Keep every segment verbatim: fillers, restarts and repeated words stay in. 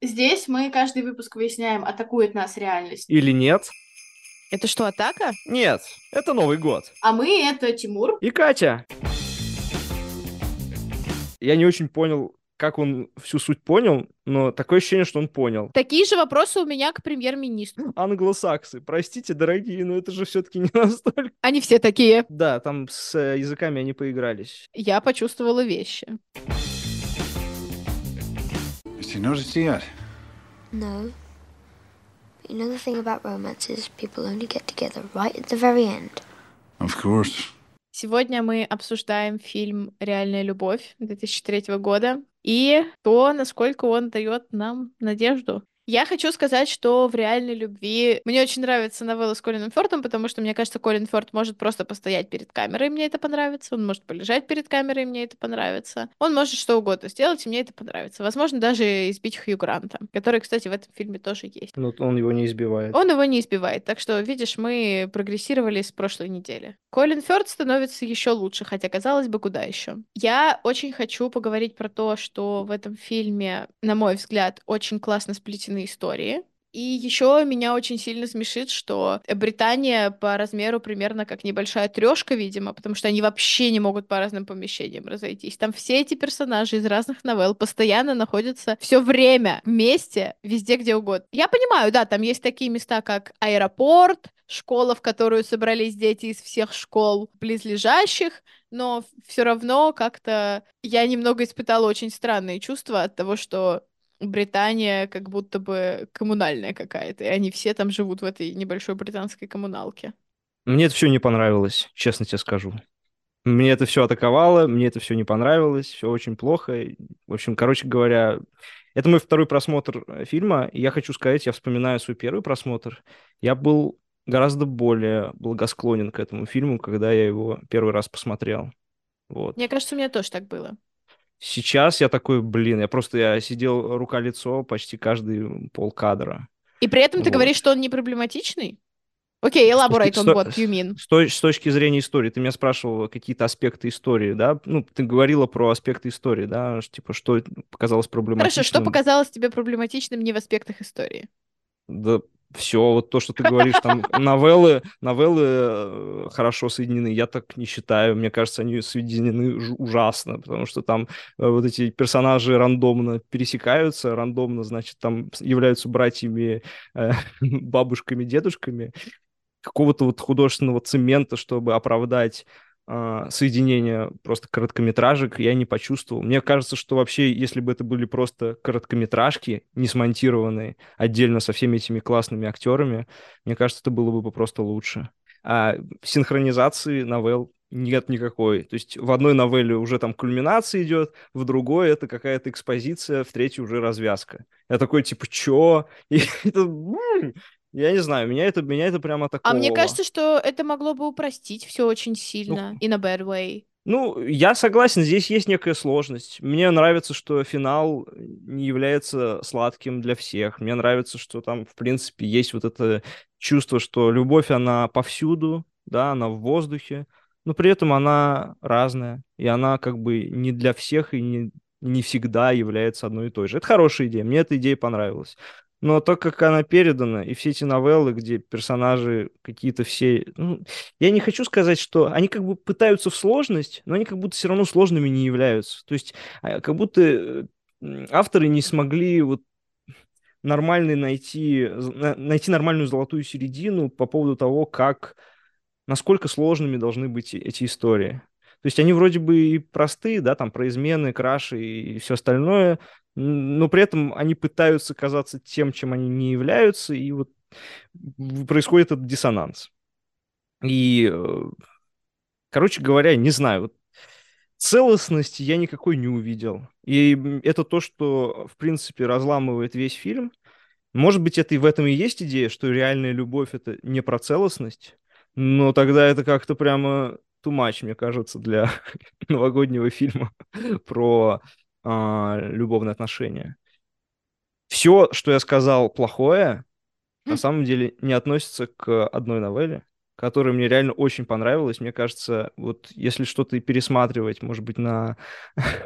Здесь мы каждый выпуск выясняем, атакует нас реальность. Или нет? Это что, атака? Нет, это Новый год. А мы — это Тимур. И Катя. Я не очень понял, как он всю суть понял, но такое ощущение, что он понял. Такие же вопросы у меня к премьер-министру. Англосаксы, простите, дорогие, но это же все-таки не настолько. Они все такие. Да, там с э, языками они поигрались. Я почувствовала вещи. Has he noticed you yet? No. But you know the thing about romance is people only get together right at the very end. Of course. Сегодня мы обсуждаем фильм «Реальная любовь» две тысячи третьего года и то, насколько он дает нам надежду. Я хочу сказать, что в «Реальной любви» мне очень нравится новелла с Колином Фёртом, потому что, мне кажется, Колин Фёрт может просто постоять перед камерой, и мне это понравится. Он может полежать перед камерой, и мне это понравится. Он может что угодно сделать, и мне это понравится. Возможно, даже избить Хью Гранта, который, кстати, в этом фильме тоже есть. Но он его не избивает. Он его не избивает, так что, видишь, мы прогрессировали с прошлой недели. Колин Фёрд становится еще лучше, хотя, казалось бы, куда еще. Я очень хочу поговорить про то, что в этом фильме, на мой взгляд, очень классно сплетены истории. И еще меня очень сильно смешит, что Британия по размеру примерно как небольшая трешка, видимо, потому что они вообще не могут по разным помещениям разойтись. Там все эти персонажи из разных новелл постоянно находятся все время вместе, везде, где угодно. Я понимаю, да, там есть такие места, как аэропорт, школа, в которую собрались дети из всех школ близлежащих, но все равно как-то я немного испытала очень странные чувства от того, что Британия как будто бы коммунальная какая-то, и они все там живут в этой небольшой британской коммуналке. Мне это все не понравилось, честно тебе скажу. Мне это все атаковало, мне это все не понравилось, все очень плохо. В общем, короче говоря, это мой второй просмотр э, фильма, и я хочу сказать, я вспоминаю свой первый просмотр, я был гораздо более благосклонен к этому фильму, когда я его первый раз посмотрел. Вот. Мне кажется, у меня тоже так было. Сейчас я такой, блин, я просто я сидел рука-лицо почти каждый полкадра. И при этом ты Вот. говоришь, что он не проблематичный? Окей, С точки, elaborate on с то- what you mean. с той- с точки зрения истории, ты меня спрашивала какие-то аспекты истории, да? Ну, ты говорила про аспекты истории, да? Ш- Типа, что показалось Хорошо, что проблематичным. показалось тебе проблематичным не в аспектах истории? Да все, вот то, что ты говоришь, там новеллы, новеллы э, хорошо соединены, я так не считаю. Мне кажется, они соединены ж- ужасно, потому что там э, вот эти персонажи рандомно пересекаются, рандомно, значит, там с- являются братьями, э, бабушками, дедушками. Какого-то вот художественного цемента, чтобы оправдать а, соединение просто короткометражек, я не почувствовал. Мне кажется, что вообще, если бы это были просто короткометражки, не смонтированные отдельно со всеми этими классными актерами, мне кажется, это было бы просто лучше. А синхронизации новелл нет никакой. То есть в одной новелле уже там кульминация идет, в другой это какая-то экспозиция, в третьей уже развязка. Я такой, типа, чё? И это... м, я не знаю, меня это, меня это прямо А мне атаковало. кажется, что это могло бы упростить все очень Ну, сильно. In a bad way. ну, я согласен, здесь есть некая сложность. Мне нравится, что финал не является сладким для всех. Мне нравится, что там, в принципе, есть вот это чувство, что любовь, она повсюду, да, она в воздухе, но при этом она разная, и она как бы не для всех и не, не всегда является одной и той же. Это хорошая идея, мне эта идея понравилась. Но то, как она передана, и все эти новеллы, где персонажи какие-то все... ну, я не хочу сказать, что они как бы пытаются в сложность, но они как будто все равно сложными не являются. То есть а, как будто э, м, авторы не смогли вот нормальный найти, з- на- найти нормальную золотую середину по поводу того, как, насколько сложными должны быть э- эти истории. То есть они вроде бы и простые, да, там про измены, краши и все остальное, н- но при этом они пытаются казаться тем, чем они не являются, и вот в- происходит этот диссонанс. И э, короче говоря, не знаю, вот целостности я никакой не увидел. И м, это то, что, в принципе, разламывает весь фильм. Может быть, это и в этом и есть идея, что реальная любовь — это не про целостность, но тогда это как-то прямо too much, мне кажется, для новогоднего фильма про а, любовные отношения. Все, что я сказал плохое, на самом деле не относится к одной новелле, которая мне реально очень понравилась. Мне кажется, вот если что-то и пересматривать, может быть, на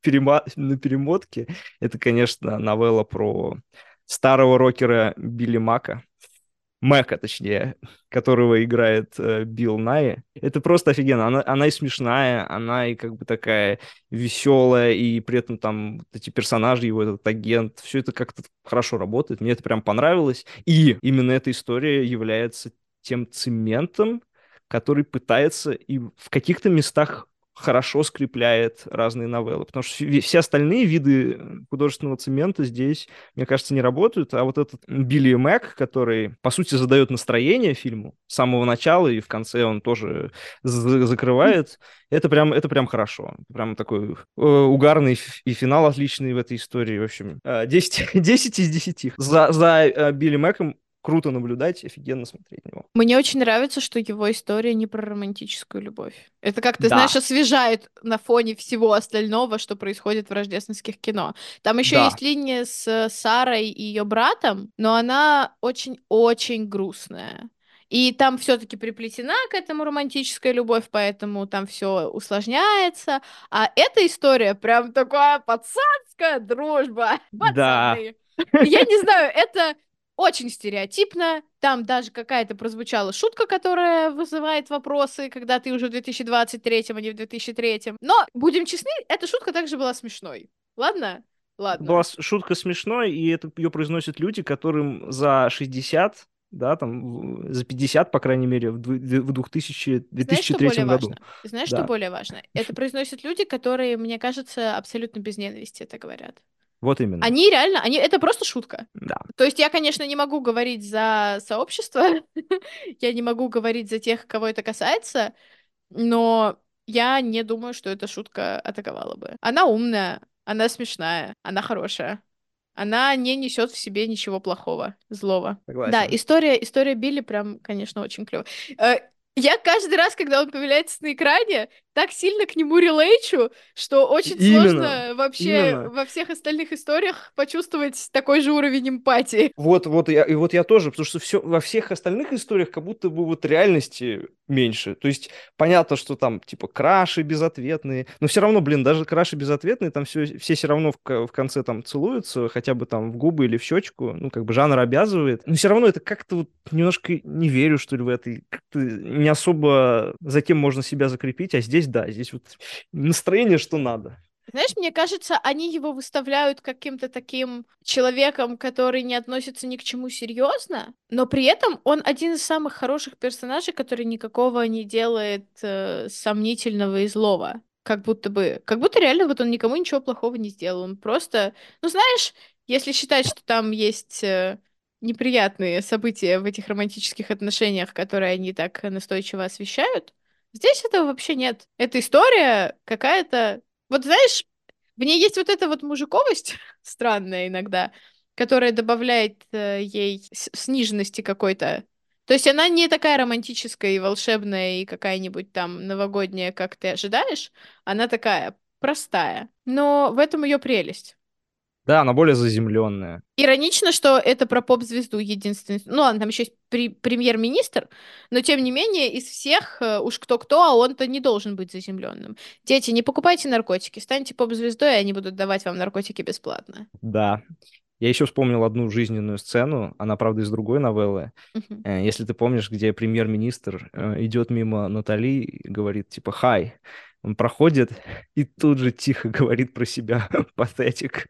перема- на перемотке. Это, конечно, новелла про старого рокера Билли Мака. Мэка, точнее, которого играет э, Билл Найи. Это просто офигенно. Она, она и смешная, она и как бы такая веселая, и при этом там вот эти персонажи, его этот агент, все это как-то хорошо работает. Мне это прям понравилось. И именно эта история является тем цементом, который пытается и в каких-то местах хорошо скрепляет разные новеллы. Потому что все все остальные виды художественного цемента здесь, мне кажется, не работают. А вот этот Билли Мэг, который, по сути, задает настроение фильму с самого начала, и в конце он тоже за- закрывает, это прям, это прям хорошо. Прям такой э, угарный ф- и финал отличный в этой истории. В общем, э, десять, десять из десяти. За, за э, Билли Мэком круто наблюдать, офигенно смотреть на него. Мне очень нравится, что его история не про романтическую любовь. Это как-то, Да. знаешь, освежает на фоне всего остального, что происходит в рождественских кино. Там еще Да. есть линия с Сарой и ее братом, но она очень-очень грустная. И там все-таки приплетена к этому романтическая любовь, поэтому там все усложняется. А эта история прям такая пацанская дружба. Да. Пацаны. Я не знаю, это очень стереотипно. Там даже какая-то прозвучала шутка, которая вызывает вопросы, когда ты уже в две тысячи двадцать третьем, а не в две тысячи третьем. Но, будем честны, эта шутка также была смешной. Ладно? Ладно. Была с- шутка смешной, и это ее произносят люди, которым за шестьдесят, да, там, в- за пятьдесят, по крайней мере, в дву- в две тысячи Знаешь, что более 2003 году. важно? Знаешь, Да. что более важно? Это произносят люди, которые, мне кажется, абсолютно без ненависти это говорят. Вот именно. Они реально, они, это просто шутка. Да. То есть я, конечно, не могу говорить за сообщество, я не могу говорить за тех, кого это касается, но я не думаю, что эта шутка атаковала бы. Она умная, она смешная, она хорошая. Она не несет в себе ничего плохого, злого. Согласен. Да, история, история Билли прям, конечно, очень клевая. Я каждый раз, когда он появляется на экране, так сильно к нему релейчу, что очень Именно, сложно вообще именно. во всех остальных историях почувствовать такой же уровень эмпатии. Вот, вот, я, и вот я тоже, потому что все, во всех остальных историях как будто бы вот реальности меньше. То есть понятно, что там типа краши безответные, но все равно, блин, даже краши безответные, там все, все все равно в, ко- в конце там целуются, хотя бы там в губы или в щечку, ну как бы жанр обязывает. Но все равно это как-то вот немножко не верю, что ли, в это. И как-то не особо за кем можно себя закрепить, а здесь, да, здесь вот настроение, что надо. Знаешь, мне кажется, они его выставляют каким-то таким человеком, который не относится ни к чему серьезно, но при этом он один из самых хороших персонажей, который никакого не делает э, сомнительного и злого. Как будто бы, как будто реально вот он никому ничего плохого не сделал. Он просто, ну знаешь, если считать, что там есть э, неприятные события в этих романтических отношениях, которые они так настойчиво освещают, здесь этого вообще нет. Эта история какая-то. Вот знаешь, в ней есть вот эта вот мужиковость странная иногда, которая добавляет э, ей с- сниженности какой-то. То есть она не такая романтическая и волшебная и какая-нибудь там новогодняя, как ты ожидаешь. Она такая простая. Но в этом ее прелесть. Да, она более заземленная. Иронично, что это про поп-звезду единственный. Ну ладно, там еще есть при- премьер-министр, но тем не менее из всех э, уж кто-кто, а он-то не должен быть заземленным. Дети, не покупайте наркотики, станьте поп-звездой, и они будут давать вам наркотики бесплатно. Да. Я еще вспомнил одну жизненную сцену, она, правда, из другой новеллы. Мгм. Э, Если ты помнишь, где премьер-министр э, идет мимо Натали и говорит, типа, «Хай». Он проходит и тут же тихо говорит про себя «Патетик».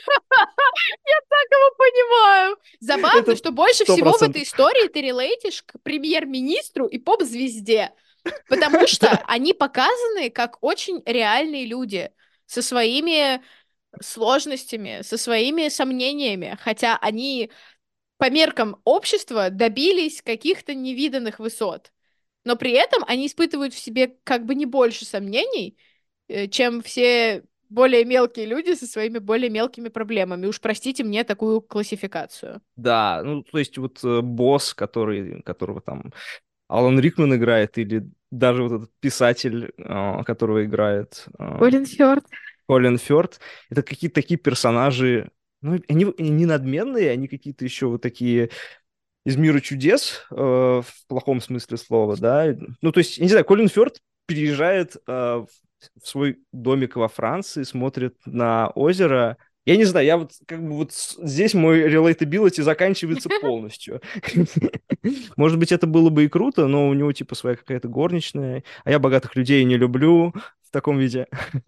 Так его понимаю. Забавно, Это что больше сто всего в процентов. этой истории ты релейтишь к премьер-министру и поп-звезде, потому что они показаны как очень реальные люди со своими сложностями, со своими сомнениями, хотя они по меркам общества добились каких-то невиданных высот. Но при этом они испытывают в себе как бы не больше сомнений, э, чем все более мелкие люди со своими более мелкими проблемами. Уж простите мне такую классификацию. Да, ну, то есть вот э, босс, который, которого там Алан Рикман играет, или даже вот этот писатель, э, которого играет э, Колин Фёрд. Колин Фёрд, это какие-то такие персонажи, ну, они, они не надменные, они какие-то еще вот такие из мира чудес, э, в плохом смысле слова, да. Ну, то есть, я не знаю, Колин Фёрд переезжает э, в в свой домик во Франции, смотрит на озеро. Я не знаю, я вот как бы вот с- здесь мой relatability заканчивается полностью. Может быть, это было бы и круто, но у него типа своя какая-то горничная, а я богатых людей не люблю в таком виде.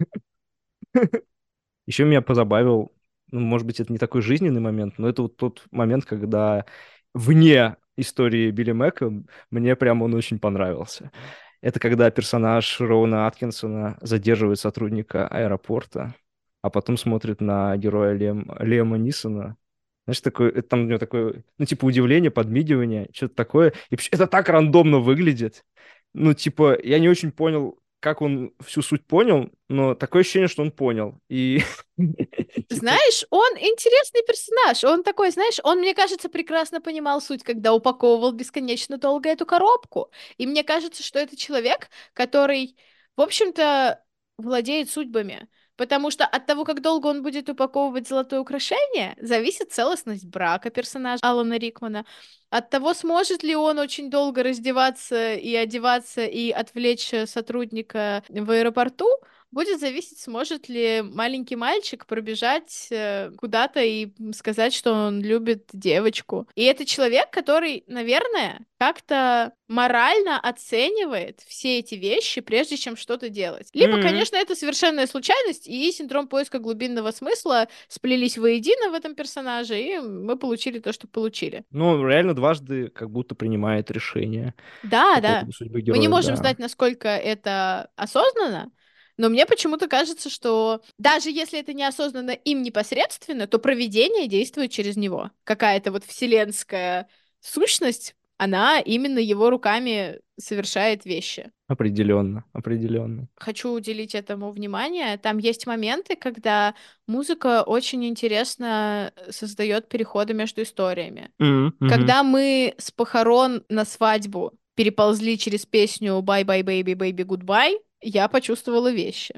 Еще меня позабавил, ну, может быть, это не такой жизненный момент, но это вот тот момент, когда вне истории Билли Мэка мне прям он очень понравился. Это когда персонаж Роуна Аткинсона задерживает сотрудника аэропорта, а потом смотрит на героя Лем, Лема Нисона. Знаешь, такое, это там у него такое, ну, типа, удивление, подмигивание, что-то такое. И вообще это так рандомно выглядит. Ну, типа, я не очень понял, как он всю суть понял, но такое ощущение, что он понял. И типа, Знаешь, он интересный персонаж. Он такой, знаешь, он, мне кажется, прекрасно понимал суть, когда упаковывал бесконечно долго эту коробку. И мне кажется, что это человек, который, в общем-то, владеет судьбами. Потому что от того, как долго он будет упаковывать золотое украшение, зависит целостность брака персонажа Алана Рикмана. От того, сможет ли он очень долго раздеваться и одеваться и отвлечь э, сотрудника в аэропорту, будет зависеть, сможет ли маленький мальчик пробежать э, куда-то и м, сказать, что он любит девочку. И это человек, который, наверное, как-то морально оценивает все эти вещи, прежде чем что-то делать. Либо, м-м. конечно, это совершенная случайность, и синдром поиска глубинного смысла сплелись воедино в этом персонаже, и мы получили то, что получили. Ну, реально дважды как будто принимает решение Да, по да. поводу судьбы Мы не героев, можем да. знать, насколько это осознанно, но мне почему-то кажется, что даже если это неосознанно им непосредственно, то провидение действует через него. Какая-то вот вселенская сущность, она именно его руками совершает вещи. Определенно, определенно. Хочу уделить этому внимание. Там есть моменты, когда музыка очень интересно создает переходы между историями. М, мгм. Когда мы с похорон на свадьбу переползли через песню «Bye bye baby baby goodbye», я почувствовала вещи.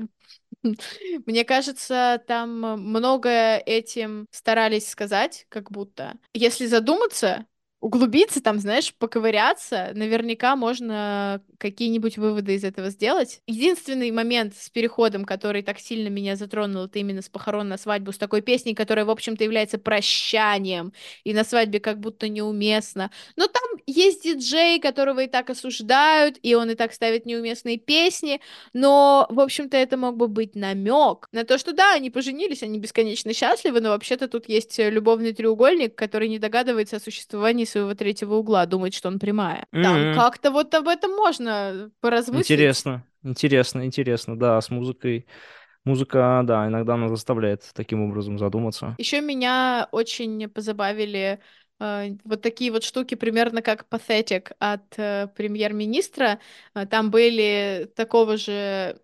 Мне кажется, там многое этим старались сказать, как будто. Если задуматься, углубиться, там, знаешь, поковыряться, наверняка можно какие-нибудь выводы из этого сделать. Единственный момент с переходом, который так сильно меня затронул, это именно с похорон на свадьбу, с такой песней, которая, в общем-то, является прощанием, и на свадьбе как будто неуместно. Но там есть диджей, которого и так осуждают, и он и так ставит неуместные песни, но, в общем-то, это мог бы быть намек на то, что да, они поженились, они бесконечно счастливы, но вообще-то тут есть э, любовный треугольник, который не догадывается о существовании своего третьего угла, думает, что он прямая. Там М-м. как-то вот об этом можно поразмыслить. Интересно, интересно, интересно, да, с музыкой. Музыка, да, иногда она заставляет таким образом задуматься. Еще меня очень позабавили э, вот такие вот штуки, примерно как Pathetic от э, премьер-министра. Э, Там были такого же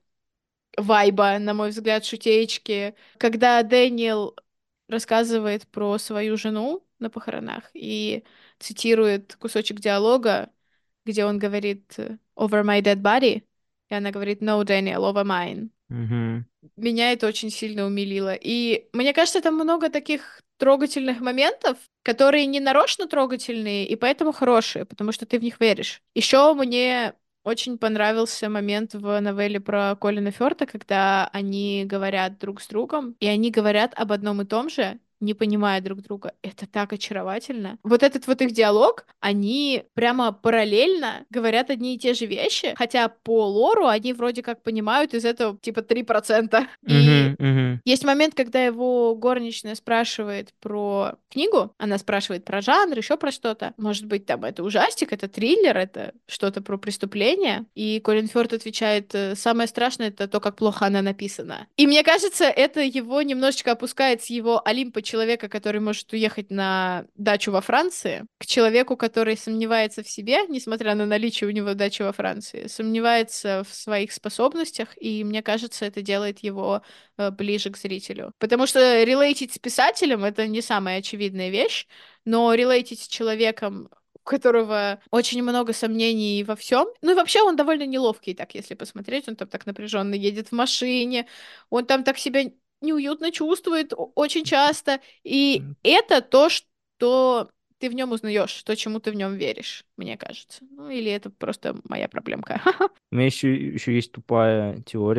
вайба, на мой взгляд, шутеечки, когда Дэниел рассказывает про свою жену на похоронах и цитирует кусочек диалога, где он говорит э, «over my dead body», и она говорит «no, Daniel, over mine». Мгм. Меня это очень сильно умилило. И мне кажется, там много таких трогательных моментов, которые не нарочно трогательные, и поэтому хорошие, потому что ты в них веришь. Еще мне очень понравился момент в новелле про Колина Фёрда, когда они говорят друг с другом, и они говорят об одном и том же, не понимая друг друга. Это так очаровательно. Вот этот вот их диалог, они прямо параллельно говорят одни и те же вещи, хотя по лору они вроде как понимают из этого типа три процента. И Мгм, мгм. есть момент, когда его горничная спрашивает про книгу, она спрашивает про жанр, еще про что-то. Может быть, там это ужастик, это триллер, это что-то про преступление. И Колин Фёрд отвечает, э, самое страшное это то, как плохо она написана. И мне кажется, это его немножечко опускает с его Олимпа человека, который может уехать на дачу во Франции, к человеку, который сомневается в себе, несмотря на наличие у него дачи во Франции, сомневается в своих способностях, и мне кажется, это делает его э, ближе к зрителю. Потому что релейтить с писателем — это не самая очевидная вещь, но релейтить с человеком, у которого очень много сомнений во всем. Ну и вообще он довольно неловкий, так если посмотреть. Он там так напряженно едет в машине, он там так себя неуютно чувствует о- очень часто. И М. это то, что ты в нем узнаешь, то, чему ты в нем веришь, мне кажется. Ну или это просто моя проблемка. У меня еще, еще есть тупая теория.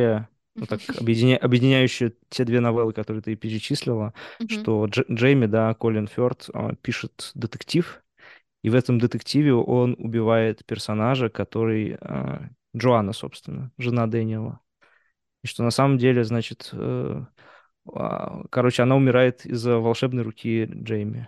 ну, так, объединя... объединяющее те две новеллы, которые ты перечислила, Мгм. что Дж- Джейми, да, Колин Фёрд, а, пишет детектив, и в этом детективе он убивает персонажа, который а, Джоанна, собственно, жена Дэниела. И что на самом деле, значит, э, а, короче, она умирает из-за волшебной руки Джейми.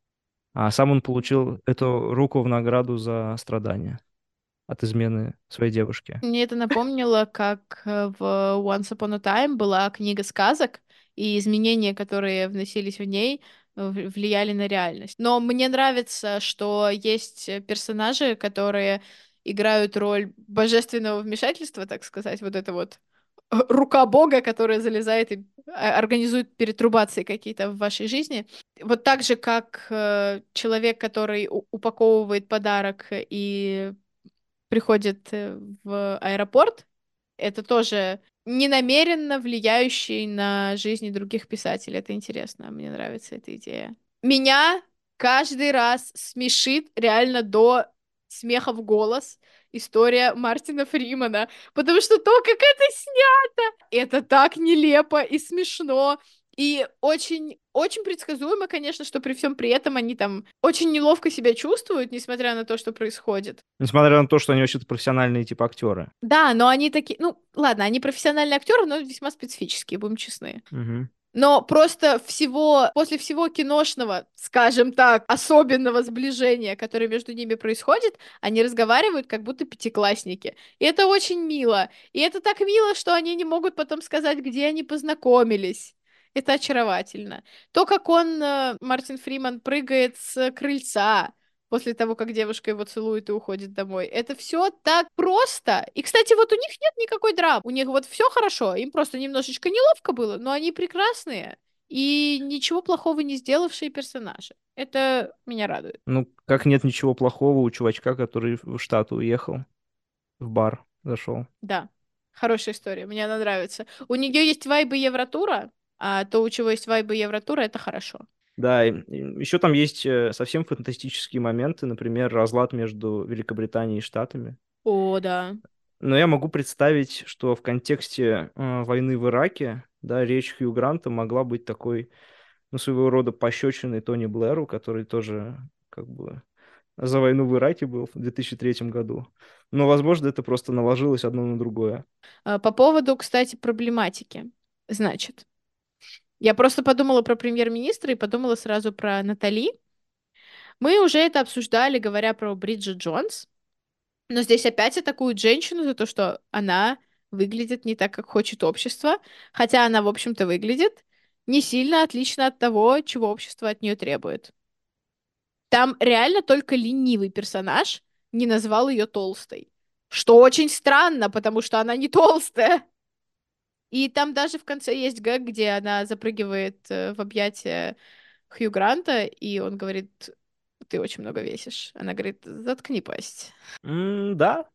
А сам он получил эту руку в награду за страдания от измены своей девушки. Мне это напомнило, как э, в Once Upon a Time была книга сказок, и изменения, которые вносились в ней, э, в- влияли на реальность. Но мне нравится, что есть э, персонажи, которые играют роль божественного вмешательства, так сказать, вот это вот э, рука Бога, которая залезает и э, организует перетрубации какие-то в вашей жизни. Вот так же, как э, человек, который у- упаковывает подарок и приходит э, в аэропорт, это тоже ненамеренно влияющий на жизни других писателей. Это интересно, мне нравится эта идея. Меня каждый раз смешит реально до смеха в голос история Мартина Фримана, потому что то, как это снято, это так нелепо и смешно. И очень, очень предсказуемо, конечно, что при всем при этом они там очень неловко себя чувствуют, несмотря на то, что происходит. Несмотря на то, что они вообще-то профессиональные типа актеры. Да, но они такие, ну, ладно, они профессиональные актеры, но весьма специфические, будем честны. Мгм. Но просто всего, после всего киношного, скажем так, особенного сближения, которое между ними происходит, они разговаривают как будто пятиклассники. И это очень мило. И это так мило, что они не могут потом сказать, где они познакомились. Это очаровательно. То, как он, э, Мартин Фриман, прыгает с крыльца после того, как девушка его целует и уходит домой. Это все так просто. И, кстати, вот у них нет никакой драмы. У них вот все хорошо. Им просто немножечко неловко было, но они прекрасные. И ничего плохого не сделавшие персонажи. Это меня радует. Ну, как нет ничего плохого у чувачка, который в Штат уехал, в бар зашел. Да, хорошая история. Мне она нравится. У нее есть вайбы Евротура, а то, у чего есть вайбы Евротура, это хорошо. Да, еще там есть э, совсем фантастические моменты, например, разлад между Великобританией и Штатами. О, да. Но я могу представить, что в контексте э, войны в Ираке, да, речь Хью Гранта могла быть такой, ну, своего рода пощечиной Тони Блэру, который тоже как бы за войну в Ираке был в две тысячи третьем году. Но, возможно, это просто наложилось одно на другое. А, По поводу, кстати, проблематики. Значит, я просто подумала про премьер-министра и подумала сразу про Натали. Мы уже это обсуждали, говоря про Бриджит Джонс, но здесь опять атакуют женщину за то, что она выглядит не так, как хочет общество, хотя она, в общем-то, выглядит не сильно отлично от того, чего общество от нее требует. Там реально только ленивый персонаж не назвал ее толстой, что очень странно, потому что она не толстая. И там даже в конце есть гэг, где она запрыгивает э, в объятия Хью Гранта, и он говорит, ты очень много весишь. Она говорит, заткни пасть. М, да,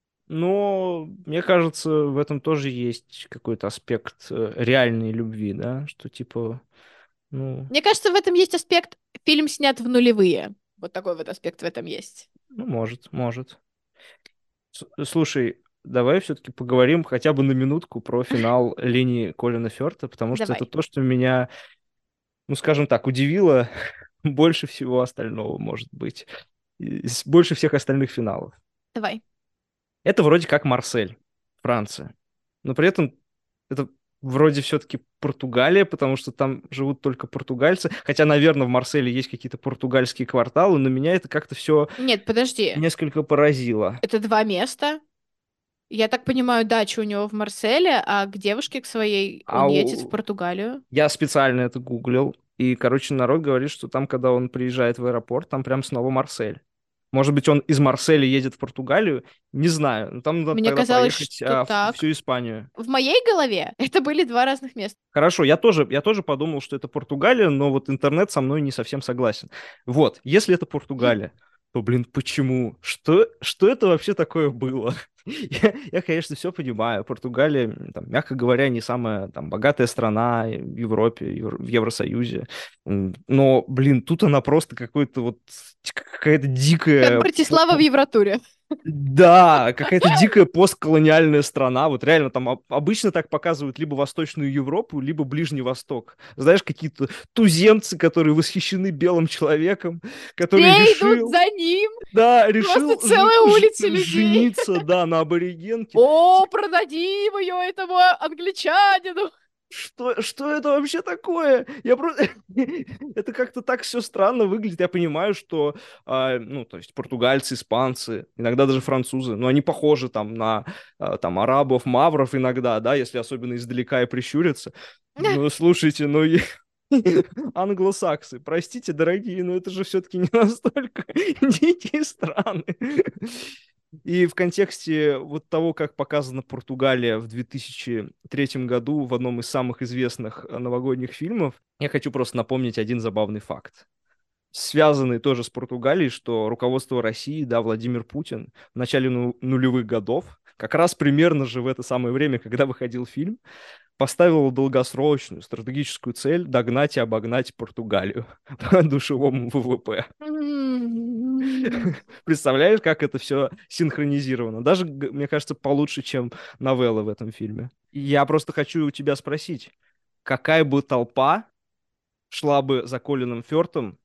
но мне кажется, в этом тоже есть какой-то аспект э, реальной любви, да, что типа, ну, Мне кажется, в этом есть аспект, фильм снят в нулевые. Вот такой вот аспект в этом есть. ну, может, может. С- Слушай, давай все-таки поговорим хотя бы на минутку про финал линии Колина Фёрта, потому что это Давай. то, что меня, ну, скажем так, удивило больше всего остального, может быть, из- больше всех остальных финалов. Давай. Это вроде как Марсель, Франция, но при этом это вроде все-таки Португалия, потому что там живут только португальцы, хотя, наверное, в Марселе есть какие-то португальские кварталы, но меня это как-то все Нет, подожди. несколько поразило. Это два места. Я так понимаю, дача у него в Марселе, а к девушке к своей А он едет в у- Португалию. Я специально это гуглил, и, короче, народ говорит, что там, когда он приезжает в аэропорт, там прям снова Марсель. Может быть, он из Марселя едет в Португалию? Не знаю. Но там надо Мне тогда казалось, проехать что а, в- так. всю Испанию. В моей голове это были два разных места. Хорошо, я тоже, я тоже подумал, что это Португалия, но вот интернет со мной не совсем согласен. Вот, если это Португалия, то, блин, почему? Что, что это вообще такое было? Я, я, конечно, все понимаю. Португалия, м, там, мягко говоря, не самая там, богатая страна в Европе, Евро- в Евросоюзе. М, Но, блин, тут она просто какой-то вот какая-то Как дикая... Братислава в Евротуре. Да, какая-то дикая постколониальная страна. Вот реально там об- обычно так показывают либо Восточную Европу, либо Ближний Восток. Знаешь, какие-то туземцы, которые восхищены белым человеком, который Все идут решил, за ним. да, Просто решил ж- целая ж- улица людей. жениться, да, на аборигенке. О, продадим ее этому англичанину. Что, что это вообще такое? Я просто... Это как-то так все странно выглядит. Я понимаю, что, а, ну, то есть португальцы, испанцы, иногда даже французы, но они похожи там на а, там арабов, мавров иногда, да, если особенно издалека и прищуриться. Ну, слушайте, ну... и- Англосаксы, простите, дорогие, но это же все-таки не настолько дикие страны. И в контексте вот того, как показана Португалия в две тысячи третьем году в одном из самых известных э, новогодних фильмов, я хочу просто напомнить один забавный факт, связанный тоже с Португалией, что руководство России, да, Владимир Путин в начале ну- нулевых годов, как раз примерно же в это самое время, когда выходил фильм, поставил долгосрочную стратегическую цель догнать и обогнать Португалию по душевому ВВП. М. Представляешь, как это все синхронизировано? Даже, г- мне кажется, получше, чем новелла в этом фильме. И я просто хочу у тебя спросить, какая бы толпа шла бы за Колином Фёртом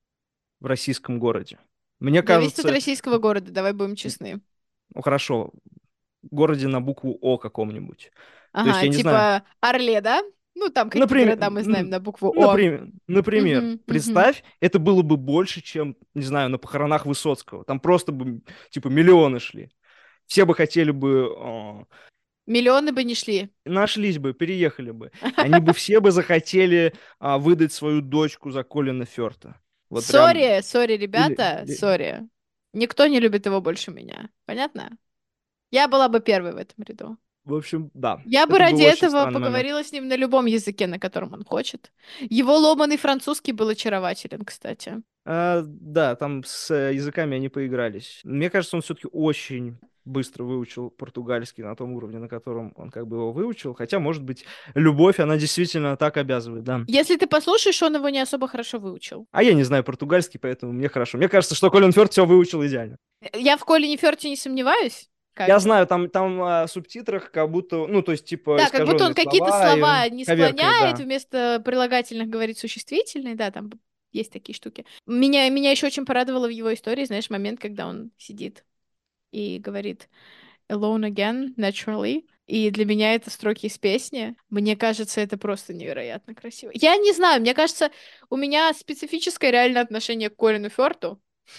в российском городе? Мне Зависит от кажется, российского города, давай будем честны. ну хорошо, в городе на букву О каком-нибудь. То есть, Ага, я не знаю, типа Орле, да? Ну, там какие например, города мы знаем на букву О. например, например, Мгм, мгм. представь, это было бы больше, чем, не знаю, на похоронах Высоцкого. Там просто бы, типа, миллионы шли. Все бы хотели бы а, Миллионы бы не шли. нашлись бы, переехали бы. Они бы все бы захотели а, выдать свою дочку за Колина Фёрта. Вот прям... Сори, сори, Или, ребята, или- сори. Никто не любит его больше меня. Понятно? Я была бы первой в этом ряду. В общем, да. Я бы Это был ради очень этого странный момент. поговорила с ним на любом языке, на котором он хочет. Его ломаный французский был очарователен, кстати. А, да, там с э, языками они поигрались. Мне кажется, он все-таки очень быстро выучил португальский на том уровне, на котором он как бы его выучил. Хотя, может быть, любовь, она действительно так обязывает, да. Если ты послушаешь, он его не особо хорошо выучил. А я не знаю португальский, поэтому мне хорошо. Мне кажется, что Колин Фёрд все выучил идеально. Я в Колине Фёрте не сомневаюсь. Как Я бы. знаю, там, там а, в субтитрах как будто, ну, то есть, типа, Да, как будто он искаженные какие-то слова, и слова он не коверкает, склоняет, да. вместо прилагательных говорит существительные, да, там есть такие штуки. Меня, меня еще очень порадовало в его истории, знаешь, момент, когда он сидит и говорит "alone again, naturally", и для меня это строки из песни. Мне кажется, это просто невероятно красиво. Я не знаю, мне кажется, у меня специфическое реальное отношение к Колину Фёрту.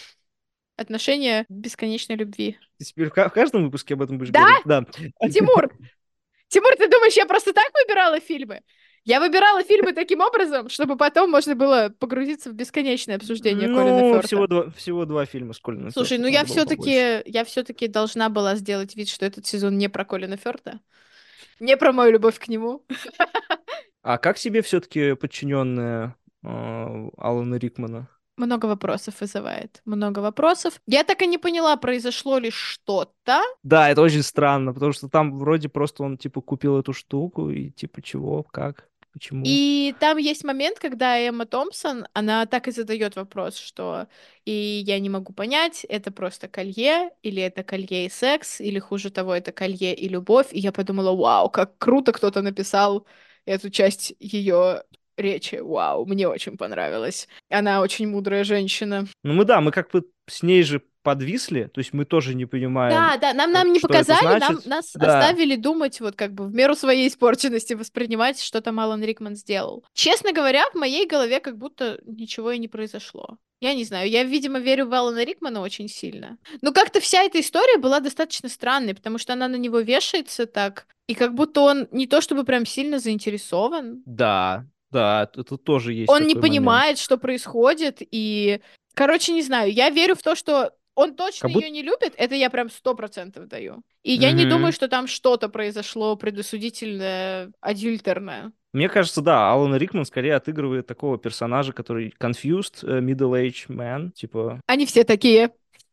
Отношение бесконечной любви. Ты теперь в ка- в каждом выпуске об этом будешь Да? говорить? Да. Тимур, Тимур, ты думаешь, я просто так выбирала фильмы? Я выбирала фильмы таким образом, чтобы потом можно было погрузиться в бесконечное обсуждение Колина Ну, Фёрта. всего два, всего два фильма с Колином Слушай, Фёртом, ну я надо было побольше. все-таки, я все-таки должна была сделать вид, что этот сезон не про Колина Фёрта, не про мою любовь к нему. А как себе все-таки подчиненная э, Алана Рикмана? Много вопросов вызывает, много вопросов. Я так и не поняла, произошло ли что-то. Да, это очень странно, потому что там вроде просто он, типа, купил эту штуку, и, типа, чего, как, почему? И там есть момент, когда Эмма Томпсон, она так и задает вопрос, что и я не могу понять, это просто колье, или это колье и секс, или хуже того, это колье и любовь. И я подумала, вау, как круто кто-то написал эту часть ее речи. Вау, мне очень понравилось. Она очень мудрая женщина. Ну, мы, да, мы как бы с ней же подвисли, то есть мы тоже не понимаем, Да, да, нам, э, нам не что это показали, нам, значит. нас Да, оставили думать, вот как бы в меру своей испорченности воспринимать, что там Алан Рикман сделал. Честно говоря, в моей голове как будто ничего и не произошло. Я не знаю, я, видимо, верю в Алана Рикмана очень сильно. Но как-то вся эта история была достаточно странной, потому что она на него вешается так, и как будто он не то чтобы прям сильно заинтересован. да, да, это тоже есть Он не такой момент. понимает, что происходит, и... Короче, не знаю, я верю в то, что он точно Как будто... ее не любит, это я прям сто процентов даю. И я не думаю, что там что-то произошло предосудительное, адюльтерное. Мне кажется, да, Алан Рикман скорее отыгрывает такого персонажа, который confused, э, middle-aged man, типа... Они все такие.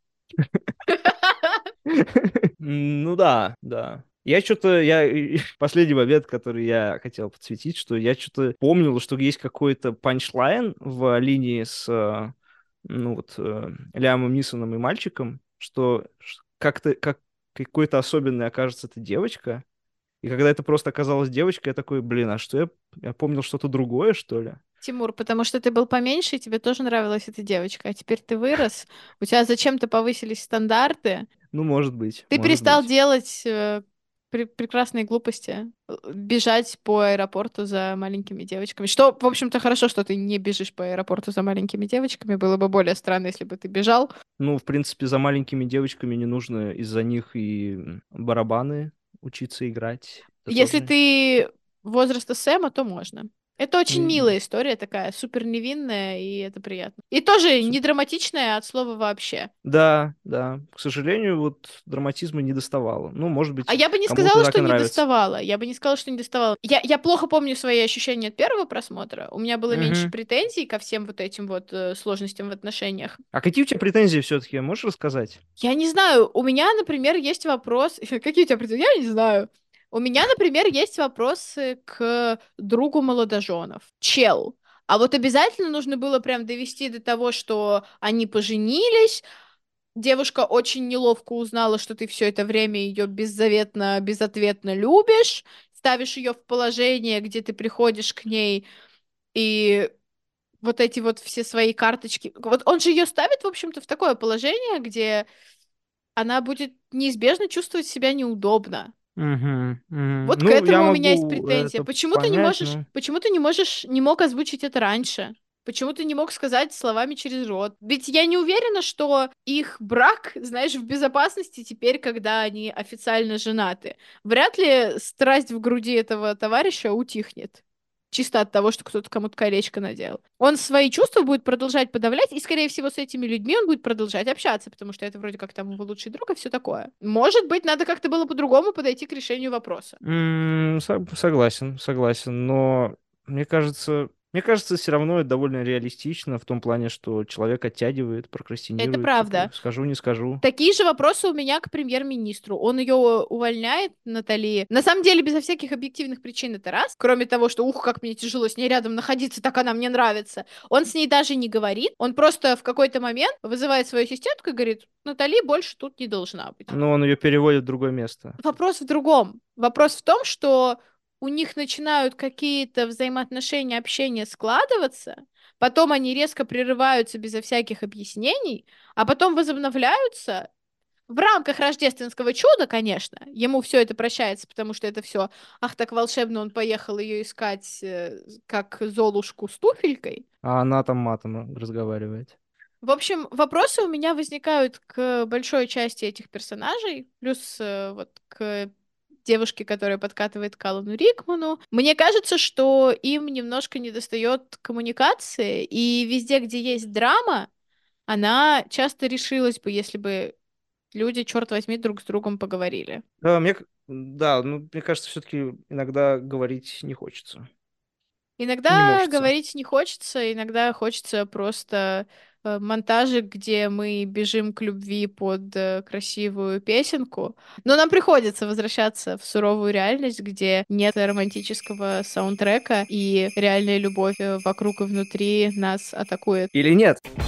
Ну да, да. Я что-то, я последний момент, который я хотел подсветить, что я что-то помнил, что есть какой-то панчлайн в линии с, э, ну вот, э, Лиамом Нисоном и мальчиком, что ш- как-то как какой-то особенной окажется эта девочка. И когда это просто оказалась девочка, я такой, блин, а что я... Я помнил что-то другое, что ли? Тимур, потому что ты был поменьше, и тебе тоже нравилась эта девочка, а теперь ты вырос, у тебя зачем-то повысились стандарты, Ну, может быть, ты может перестал быть. делать э, пре- прекрасные глупости, э, бежать по аэропорту за маленькими девочками. Что, в общем-то, хорошо, что ты не бежишь по аэропорту за маленькими девочками. Было бы более странно, если бы ты бежал. Ну, в принципе, за маленькими девочками не нужно из-за них и м, барабаны учиться играть. Это Если тоже... ты возраста Сэма, то можно. Это очень м, милая история такая, супер невинная, и это приятно. И тоже су- не драматичная от слова вообще. Да, да. К сожалению, вот драматизма не доставало. Ну, может А быть, я бы не кому-то сказала, так что и не нравится. доставала. Я бы не сказала, что не доставала. Я, я плохо помню свои ощущения от первого просмотра. У меня было меньше Мгм. претензий ко всем вот этим вот э, сложностям в отношениях. А какие у тебя претензии все-таки? Можешь рассказать? Я не знаю, у меня, например, есть вопрос... Какие у тебя претензии? Я не знаю. У меня, например, есть вопросы к другу молодоженов. Чел. А вот обязательно нужно было прям довести до того, что они поженились, девушка очень неловко узнала, что ты все это время ее беззаветно, безответно любишь, ставишь ее в положение, где ты приходишь к ней и вот эти вот все свои карточки. Вот он же ее ставит, в общем-то, в такое положение, где она будет неизбежно чувствовать себя неудобно. Мгм, мгм. Вот к Ну, я этому у меня есть могу претензия. это Почему ты не понять, можешь, но... почему ты не можешь, не мог озвучить это раньше? Почему ты не мог сказать словами через рот? Ведь я не уверена, что их брак, знаешь, в безопасности теперь, когда они официально женаты. Вряд ли страсть в груди этого товарища утихнет. Чисто от того, что кто-то кому-то колечко надел. Он свои чувства будет продолжать подавлять, и, скорее всего, с этими людьми он будет продолжать общаться, потому что это вроде как там его лучший друг и все такое. Может быть, надо как-то было по-другому подойти к решению вопроса. М, со- Согласен, согласен, но мне кажется, мне кажется, все равно это довольно реалистично в том плане, что человек оттягивает, Это прокрастинирует, такой, правда. скажу, не скажу. Такие же вопросы у меня к премьер-министру. Он ее увольняет, Натали. На самом деле, безо всяких объективных причин это раз. Кроме того, что, ух, как мне тяжело с ней рядом находиться, так она мне нравится. Он с ней даже не говорит. Он просто в какой-то момент вызывает свою ассистентку и говорит, Натали больше тут не должна быть. Но он ее переводит в другое место. Вопрос в другом. Вопрос в том, что у них начинают какие-то взаимоотношения, общение складываться, потом они резко прерываются безо всяких объяснений, а потом возобновляются в рамках рождественского чуда, конечно. Ему все это прощается, потому что это все, ах, так волшебно, он поехал ее искать э, как Золушку с туфелькой. А она там матом разговаривает. В общем, вопросы у меня возникают к большой части этих персонажей, плюс э, вот к девушке, которая подкатывает к Алану Рикману. Мне кажется, что им немножко недостает коммуникации, и везде, где есть драма, она часто решилась бы, если бы люди, черт возьми, друг с другом поговорили. Да, мне, к- да, ну, мне кажется, все-таки иногда говорить не хочется. Не Иногда может. говорить не хочется, иногда хочется просто э, монтажик, где мы бежим к любви под э, красивую песенку. Но нам приходится возвращаться в суровую реальность, где нет романтического саундтрека, и реальная любовь э, вокруг и внутри нас атакует. Или нет?